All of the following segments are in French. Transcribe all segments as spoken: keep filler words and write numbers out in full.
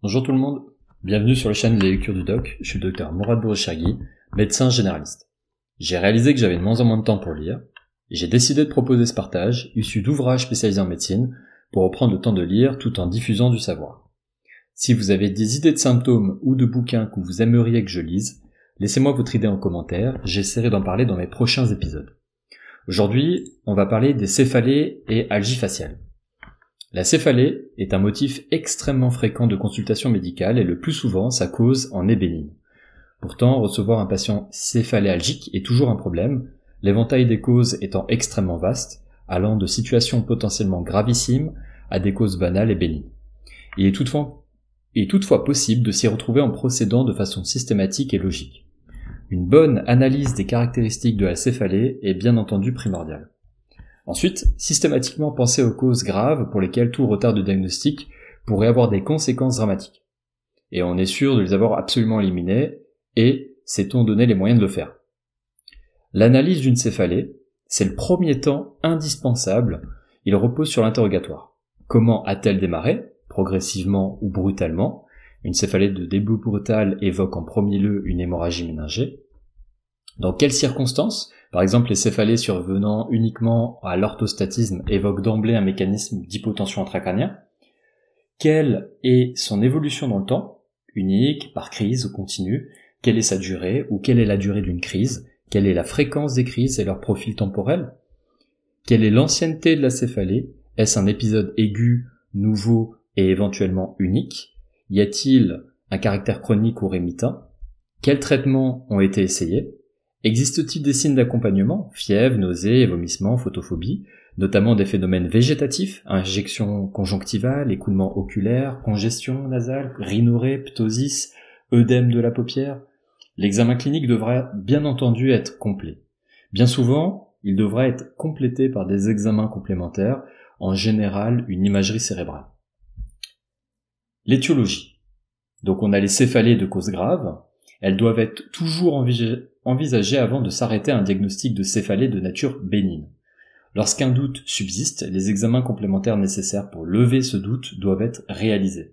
Bonjour tout le monde, bienvenue sur la chaîne des lectures du doc, je suis le docteur Mourad Bourechagui, médecin généraliste. J'ai réalisé que j'avais de moins en moins de temps pour lire, et j'ai décidé de proposer ce partage, issu d'ouvrages spécialisés en médecine, pour reprendre le temps de lire tout en diffusant du savoir. Si vous avez des idées de symptômes ou de bouquins que vous aimeriez que je lise, laissez-moi votre idée en commentaire, j'essaierai d'en parler dans mes prochains épisodes. Aujourd'hui, on va parler des céphalées et algies faciales. La céphalée est un motif extrêmement fréquent de consultation médicale et le plus souvent, sa cause en est bénigne. Pourtant, recevoir un patient céphaléalgique est toujours un problème, l'éventail des causes étant extrêmement vaste, allant de situations potentiellement gravissimes à des causes banales et bénignes. Il est toutefois, il est toutefois possible de s'y retrouver en procédant de façon systématique et logique. Une bonne analyse des caractéristiques de la céphalée est bien entendu primordiale. Ensuite, systématiquement penser aux causes graves pour lesquelles tout retard de diagnostic pourrait avoir des conséquences dramatiques. Et on est sûr de les avoir absolument éliminées, et sait-on donner les moyens de le faire. L'analyse d'une céphalée, c'est le premier temps indispensable, il repose sur l'interrogatoire. Comment a-t-elle démarré, progressivement ou brutalement? Une céphalée de début brutal évoque en premier lieu une hémorragie méningée. Dans quelles circonstances? Par exemple, les céphalées survenant uniquement à l'orthostatisme évoquent d'emblée un mécanisme d'hypotension intracrânienne. Quelle est son évolution dans le temps? Unique, par crise ou continue? Quelle est sa durée ou quelle est la durée d'une crise? Quelle est la fréquence des crises et leur profil temporel? Quelle est l'ancienneté de la céphalée? Est-ce un épisode aigu, nouveau et éventuellement unique? Y a-t-il un caractère chronique ou rémitent? Quels traitements ont été essayés? Existe-t-il des signes d'accompagnement, fièvre, nausées, vomissements, photophobie, notamment des phénomènes végétatifs, injection conjonctivale, écoulement oculaire, congestion nasale, rhinorrhée, ptosis, œdème de la paupière? L'examen clinique devra bien entendu être complet. Bien souvent, il devra être complété par des examens complémentaires, en général une imagerie cérébrale. L'étiologie. Donc on a les céphalées de cause grave, elles doivent être toujours envisagées envisagées avant de s'arrêter à un diagnostic de céphalée de nature bénigne. Lorsqu'un doute subsiste, les examens complémentaires nécessaires pour lever ce doute doivent être réalisés.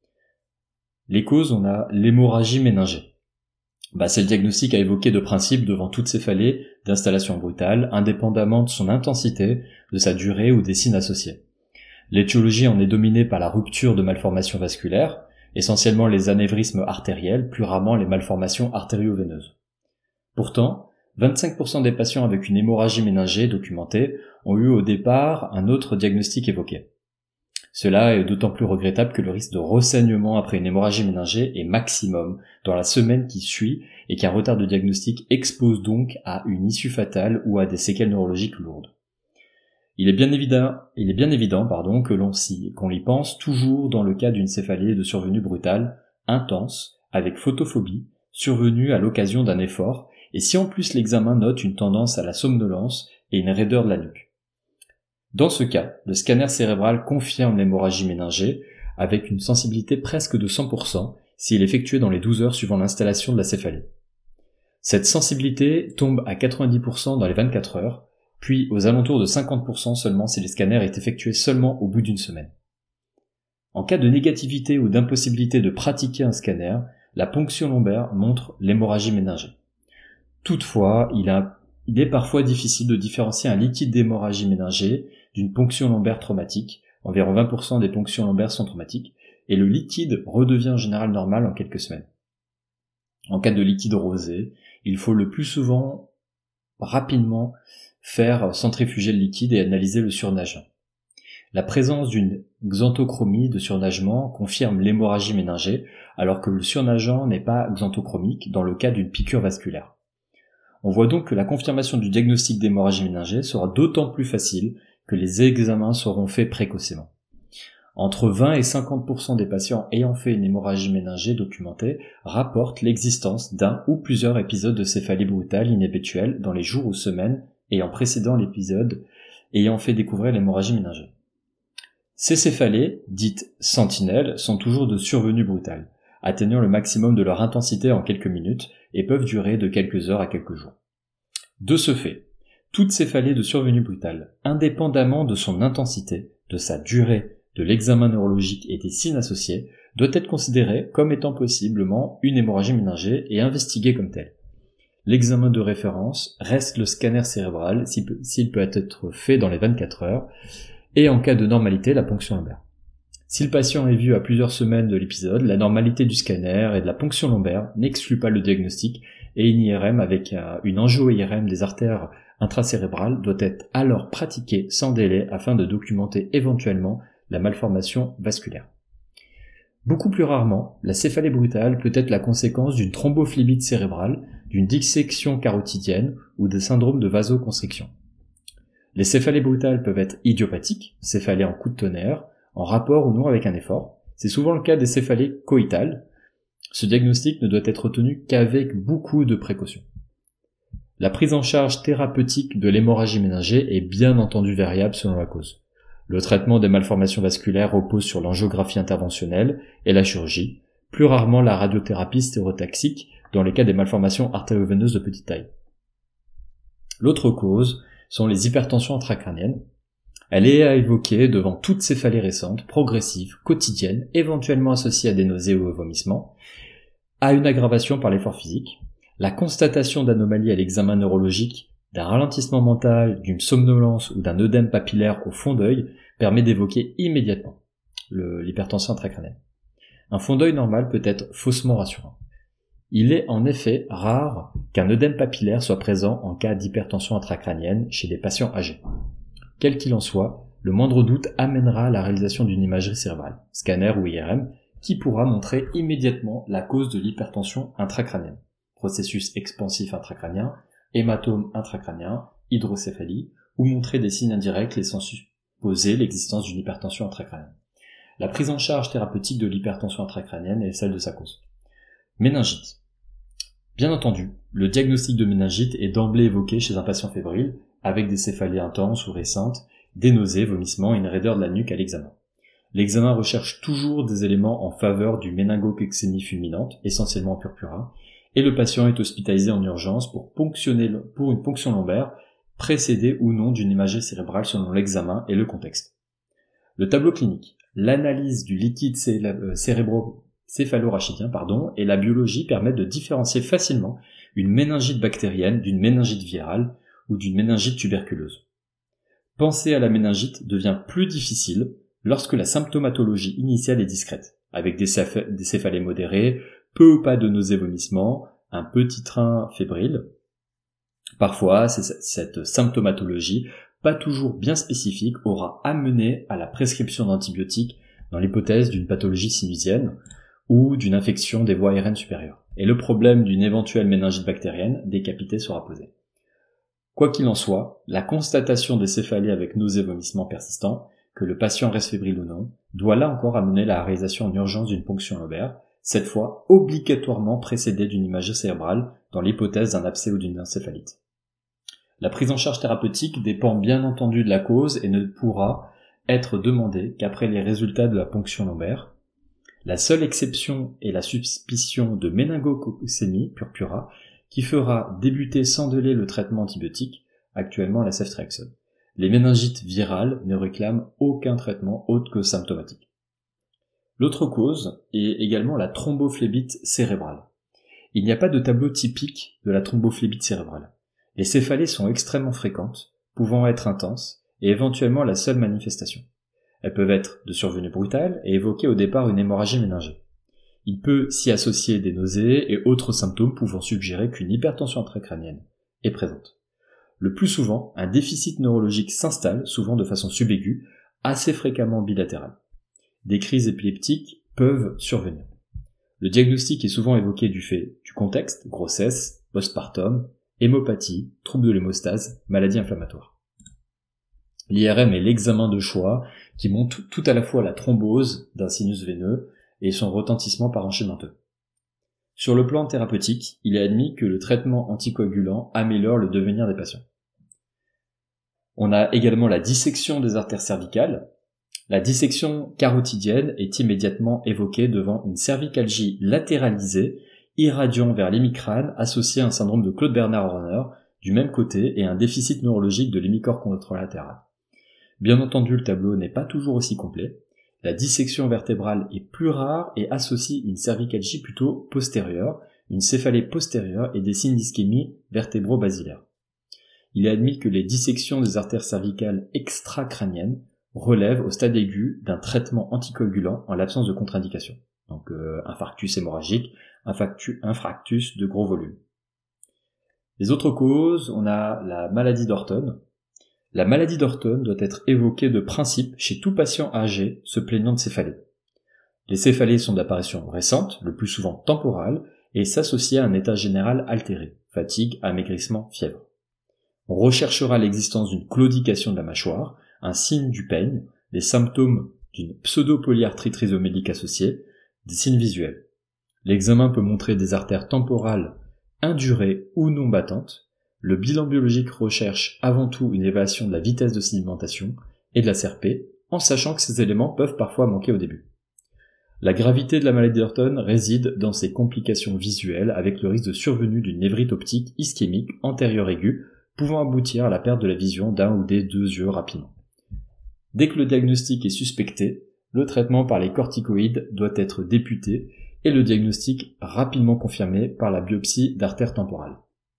Les causes, on a l'hémorragie méningée. Bah, c'est le diagnostic à évoquer de principe devant toute céphalée d'installation brutale, indépendamment de son intensité, de sa durée ou des signes associés. L'étiologie en est dominée par la rupture de malformations vasculaires, essentiellement les anévrismes artériels, plus rarement les malformations artério-veineuses. Pourtant, vingt-cinq pour cent des patients avec une hémorragie méningée documentée ont eu au départ un autre diagnostic évoqué. Cela est d'autant plus regrettable que le risque de ressaignement après une hémorragie méningée est maximum dans la semaine qui suit et qu'un retard de diagnostic expose donc à une issue fatale ou à des séquelles neurologiques lourdes. Il est bien évident, il est bien évident pardon, que l'on s'y, qu'on l'y pense toujours dans le cas d'une céphalée de survenue brutale, intense, avec photophobie, survenue à l'occasion d'un effort, et si en plus l'examen note une tendance à la somnolence et une raideur de la nuque. Dans ce cas, le scanner cérébral confirme l'hémorragie méningée avec une sensibilité presque de cent pour cent s'il est effectué dans les douze heures suivant l'installation de la céphalée. Cette sensibilité tombe à quatre-vingt-dix pour cent dans les vingt-quatre heures, puis aux alentours de cinquante pour cent seulement si le scanner est effectué seulement au bout d'une semaine. En cas de négativité ou d'impossibilité de pratiquer un scanner, la ponction lombaire montre l'hémorragie méningée. Toutefois, il, a, il est parfois difficile de différencier un liquide d'hémorragie méningée d'une ponction lombaire traumatique, environ vingt pour cent des ponctions lombaires sont traumatiques, et le liquide redevient en général normal en quelques semaines. En cas de liquide rosé, il faut le plus souvent rapidement faire centrifuger le liquide et analyser le surnagement. La présence d'une xanthochromie de surnagement confirme l'hémorragie méningée, alors que le surnageant n'est pas xanthochromique dans le cas d'une piqûre vasculaire. On voit donc que la confirmation du diagnostic d'hémorragie méningée sera d'autant plus facile que les examens seront faits précocement. Entre vingt et cinquante pour cent des patients ayant fait une hémorragie méningée documentée rapportent l'existence d'un ou plusieurs épisodes de céphalée brutale inhabituelle dans les jours ou semaines ayant précédant l'épisode ayant fait découvrir l'hémorragie méningée. Ces céphalées, dites sentinelles, sont toujours de survenue brutale, atteignant le maximum de leur intensité en quelques minutes et peuvent durer de quelques heures à quelques jours. De ce fait, toute céphalée de survenue brutale, indépendamment de son intensité, de sa durée, de l'examen neurologique et des signes associés, doit être considéré comme étant possiblement une hémorragie méningée et investigué comme tel. L'examen de référence reste le scanner cérébral s'il peut, s'il peut être fait dans les vingt-quatre heures, et en cas de normalité, la ponction lombaire. Si le patient est vu à plusieurs semaines de l'épisode, la normalité du scanner et de la ponction lombaire n'exclut pas le diagnostic, et une I R M avec une angio-I R M des artères intracérébrales doit être alors pratiquée sans délai afin de documenter éventuellement la malformation vasculaire. Beaucoup plus rarement, la céphalée brutale peut être la conséquence d'une thrombophlébite cérébrale, d'une dissection carotidienne ou de syndrome de vasoconstriction. Les céphalées brutales peuvent être idiopathiques, céphalées en coup de tonnerre, en rapport ou non avec un effort. C'est souvent le cas des céphalées coïtales. Ce diagnostic ne doit être retenu qu'avec beaucoup de précautions. La prise en charge thérapeutique de l'hémorragie méningée est bien entendu variable selon la cause. Le traitement des malformations vasculaires repose sur l'angiographie interventionnelle et la chirurgie, plus rarement la radiothérapie stéréotaxique dans les cas des malformations artério-veineuses de petite taille. L'autre cause sont les hypertensions intracrâniennes. Elle est à évoquer devant toute céphalée récente, progressive, quotidienne, éventuellement associée à des nausées ou au vomissement, à une aggravation par l'effort physique, la constatation d'anomalies à l'examen neurologique, d'un ralentissement mental, d'une somnolence ou d'un œdème papillaire au fond d'œil permet d'évoquer immédiatement le, l'hypertension intracrânienne. Un fond d'œil normal peut être faussement rassurant. Il est en effet rare qu'un œdème papillaire soit présent en cas d'hypertension intracrânienne chez des patients âgés. Quel qu'il en soit, le moindre doute amènera à la réalisation d'une imagerie cérébrale, scanner ou I R M, qui pourra montrer immédiatement la cause de l'hypertension intracrânienne. Processus expansif intracrânien, hématome intracrânien, hydrocéphalie, ou montrer des signes indirects laissant supposer l'existence d'une hypertension intracrânienne. La prise en charge thérapeutique de l'hypertension intracrânienne est celle de sa cause. Méningite. Bien entendu, le diagnostic de méningite est d'emblée évoqué chez un patient fébrile, avec des céphalées intenses ou récentes, des nausées, vomissements et une raideur de la nuque à l'examen. L'examen recherche toujours des éléments en faveur du méningococcémie fulminante, essentiellement en purpura, et le patient est hospitalisé en urgence pour ponctionner, pour une ponction lombaire, précédée ou non d'une imagerie cérébrale selon l'examen et le contexte. Le tableau clinique, l'analyse du liquide cérébro céphalorachidien, pardon, et la biologie permettent de différencier facilement une méningite bactérienne d'une méningite virale ou d'une méningite tuberculeuse. Penser à la méningite devient plus difficile lorsque la symptomatologie initiale est discrète, avec des, céph- des céphalées modérées, peu ou pas de nausées-vomissements, un petit train fébrile. Parfois, c'est cette symptomatologie, pas toujours bien spécifique, aura amené à la prescription d'antibiotiques dans l'hypothèse d'une pathologie sinusienne ou d'une infection des voies aériennes supérieures. Et le problème d'une éventuelle méningite bactérienne décapitée sera posé. Quoi qu'il en soit, la constatation des céphalées avec nausées-vomissements persistants, que le patient reste fébrile ou non, doit là encore amener la réalisation en urgence d'une ponction lobaire, cette fois obligatoirement précédée d'une imagerie cérébrale dans l'hypothèse d'un abcès ou d'une encéphalite. La prise en charge thérapeutique dépend bien entendu de la cause et ne pourra être demandée qu'après les résultats de la ponction lombaire. La seule exception est la suspicion de méningococcémie purpura qui fera débuter sans délai le traitement antibiotique, actuellement la ceftriaxone. Les méningites virales ne réclament aucun traitement autre que symptomatique. L'autre cause est également la thrombophlébite cérébrale. Il n'y a pas de tableau typique de la thrombophlébite cérébrale. Les céphalées sont extrêmement fréquentes, pouvant être intenses, et éventuellement la seule manifestation. Elles peuvent être de survenue brutale et évoquer au départ une hémorragie méningée. Il peut s'y associer des nausées et autres symptômes pouvant suggérer qu'une hypertension intracrânienne est présente. Le plus souvent, un déficit neurologique s'installe, souvent de façon subaiguë, assez fréquemment bilatérale. Des crises épileptiques peuvent survenir. Le diagnostic est souvent évoqué du fait du contexte, grossesse, postpartum, hémopathie, trouble de l'hémostase, maladie inflammatoire. L'I R M est l'examen de choix qui montre tout à la fois la thrombose d'un sinus veineux et son retentissement parenchymenteux. Sur le plan thérapeutique, il est admis que le traitement anticoagulant améliore le devenir des patients. On a également la dissection des artères cervicales. La dissection carotidienne est immédiatement évoquée devant une cervicalgie latéralisée irradiant vers l'hémicrâne associée à un syndrome de Claude Bernard-Horner du même côté et un déficit neurologique de l'hémicorps contralatéral. Bien entendu, le tableau n'est pas toujours aussi complet. La dissection vertébrale est plus rare et associe une cervicalgie plutôt postérieure, une céphalée postérieure et des signes d'ischémie vertébro-basilaire. Il est admis que les dissections des artères cervicales extracrâniennes relèvent au stade aigu d'un traitement anticoagulant en l'absence de contre-indication. Donc euh, infarctus hémorragique, infarctus, infarctus de gros volume. Les autres causes, on a la maladie d'Orton. La maladie d'Orton doit être évoquée de principe chez tout patient âgé se plaignant de céphalée. Les céphalées sont d'apparition récente, le plus souvent temporale, et s'associent à un état général altéré, fatigue, amaigrissement, fièvre. On recherchera l'existence d'une claudication de la mâchoire, un signe du peigne, les symptômes d'une pseudo-polyarthrite rhizomédique associée, des signes visuels. L'examen peut montrer des artères temporales indurées ou non battantes. Le bilan biologique recherche avant tout une évaluation de la vitesse de sédimentation et de la C R P, en sachant que ces éléments peuvent parfois manquer au début. La gravité de la maladie d'Orton réside dans ses complications visuelles avec le risque de survenue d'une névrite optique ischémique antérieure aiguë pouvant aboutir à la perte de la vision d'un ou des deux yeux rapidement. Dès que le diagnostic est suspecté, le traitement par les corticoïdes doit être débuté et le diagnostic rapidement confirmé par la biopsie d'artère temporale.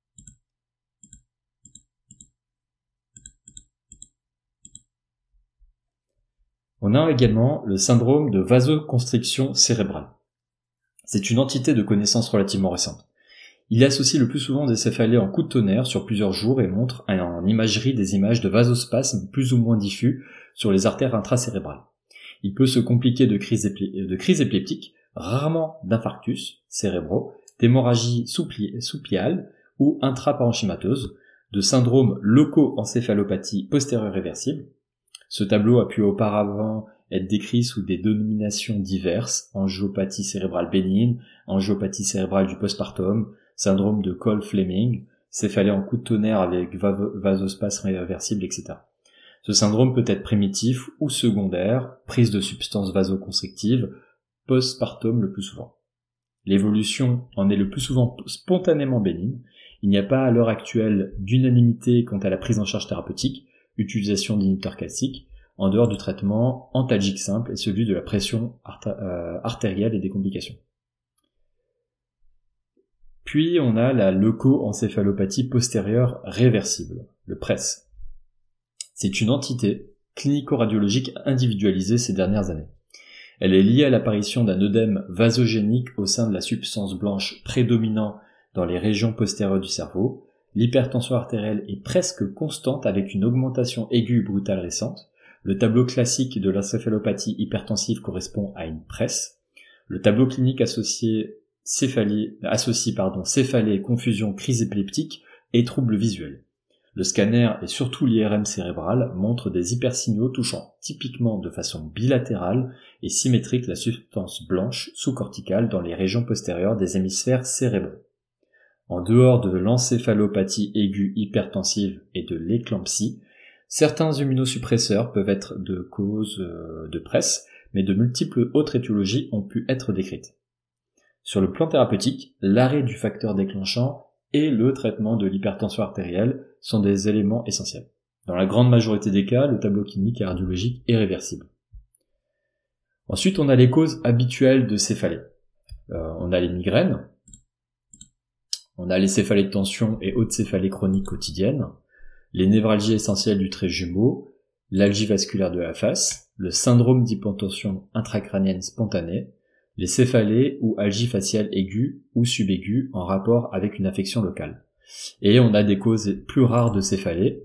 On a également le syndrome de vasoconstriction cérébrale. C'est une entité de connaissance relativement récente. Il associe le plus souvent des céphalées en coups de tonnerre sur plusieurs jours et montre en imagerie des images de vasospasmes plus ou moins diffus sur les artères intracérébrales. Il peut se compliquer de crises, épilé- de crises épileptiques, rarement d'infarctus cérébraux, d'hémorragie sous-pliale ou intraparenchymateuse, de syndrome leucoencéphalopathie postérieure réversible. Ce tableau a pu auparavant être décrit sous des dénominations diverses, angiopathie cérébrale bénigne, angiopathie cérébrale du postpartum, syndrome de Cole-Fleming, céphalée en coup de tonnerre avec vasospasme réversible, et cetera. Ce syndrome peut être primitif ou secondaire, prise de substances vasoconstrictives, postpartum le plus souvent. L'évolution en est le plus souvent spontanément bénigne. Il n'y a pas à l'heure actuelle d'unanimité quant à la prise en charge thérapeutique, utilisation d'inhibiteurs calciques, en dehors du traitement antalgique simple et celui de la pression arta- euh, artérielle et des complications. Puis on a la leucoencéphalopathie postérieure réversible, le P R E S. C'est une entité clinico-radiologique individualisée ces dernières années. Elle est liée à l'apparition d'un œdème vasogénique au sein de la substance blanche prédominant dans les régions postérieures du cerveau. L'hypertension artérielle est presque constante avec une augmentation aiguë brutale récente. Le tableau classique de l'encéphalopathie hypertensive correspond à une P R E S. Le tableau clinique associé céphalie, associe pardon, céphalée, confusion, crise épileptique et troubles visuels. Le scanner et surtout l'I R M cérébral montrent des hypersignaux touchant typiquement de façon bilatérale et symétrique la substance blanche sous-corticale dans les régions postérieures des hémisphères cérébraux. En dehors de l'encéphalopathie aiguë hypertensive et de l'éclampsie, certains immunosuppresseurs peuvent être de cause de P R E S, mais de multiples autres étiologies ont pu être décrites. Sur le plan thérapeutique, l'arrêt du facteur déclenchant et le traitement de l'hypertension artérielle sont des éléments essentiels. Dans la grande majorité des cas, le tableau clinique et radiologique est réversible. Ensuite, on a les causes habituelles de céphalée. Euh, on a les migraines, on a les céphalées de tension et hautes céphalées chroniques quotidiennes, les névralgies essentielles du trait jumeau, l'algie vasculaire de la face, le syndrome d'hypotension intracrânienne spontanée, les céphalées ou algie faciale aiguë ou subaiguë en rapport avec une affection locale. Et on a des causes plus rares de céphalées,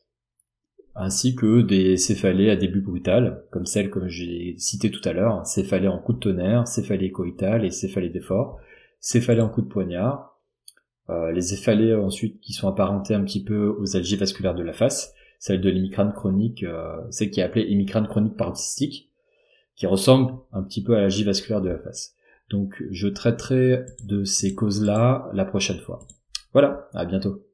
ainsi que des céphalées à début brutal, comme celles que j'ai citées tout à l'heure, céphalées en coup de tonnerre, céphalées coïtales et céphalées d'effort, céphalées en coup de poignard, euh, les céphalées ensuite qui sont apparentées un petit peu aux algies vasculaires de la face, celle de l'hémicrâne chronique, euh, celle qui est appelée hémicrâne chronique paroxystique, qui ressemble un petit peu à l'algie vasculaire de la face. Donc je traiterai de ces causes-là la prochaine fois. Voilà, à bientôt.